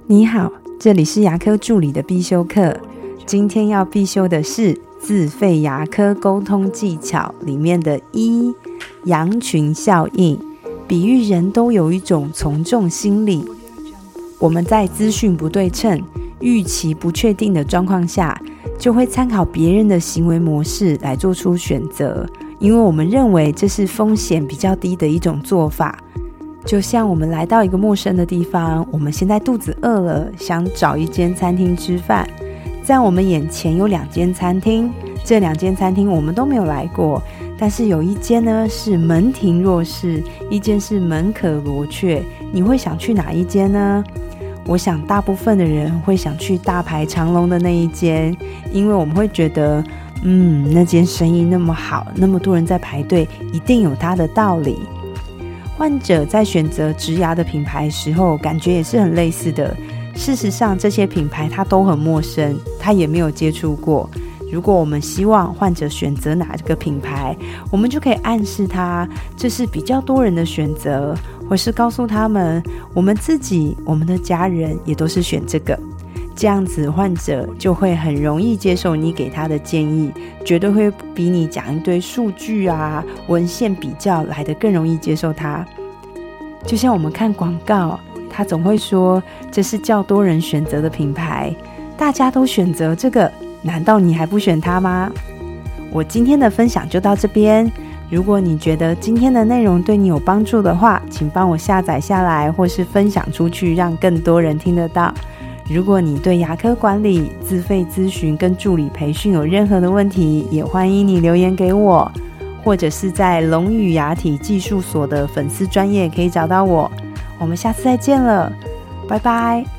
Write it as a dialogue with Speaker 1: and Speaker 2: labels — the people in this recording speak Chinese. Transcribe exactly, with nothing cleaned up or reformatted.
Speaker 1: 你好，这里是牙科助理的必修课。今天要必修的是自费牙科沟通技巧里面的一羊群效应，比喻人都有一种从众心理。我们在资讯不对称、预期不确定的状况下，就会参考别人的行为模式来做出选择，因为我们认为这是风险比较低的一种做法。就像我们来到一个陌生的地方，我们现在肚子饿了，想找一间餐厅吃饭。在我们眼前有两间餐厅，这两间餐厅我们都没有来过，但是有一间呢是门庭若市，一间是门可罗雀。你会想去哪一间呢？我想大部分的人会想去大排长龙的那一间，因为我们会觉得嗯，那间生意那么好，那么多人在排队，一定有它的道理。患者在选择植牙的品牌时候，感觉也是很类似的。事实上，这些品牌他都很陌生，他也没有接触过。如果我们希望患者选择哪个品牌，我们就可以暗示他这是比较多人的选择，或是告诉他们我们自己、我们的家人也都是选这个。这样子患者就会很容易接受你给他的建议，绝对会比你讲一堆数据啊、文献比较来得更容易接受它。就像我们看广告，他总会说这是较多人选择的品牌，大家都选择这个，难道你还不选它吗？我今天的分享就到这边。如果你觉得今天的内容对你有帮助的话，请帮我下载下来，或是分享出去，让更多人听得到。如果你对牙科管理、自费咨询跟助理培训有任何的问题，也欢迎你留言给我，或者是在龙语牙体技术所的粉丝专页可以找到我。我们下次再见了，拜拜。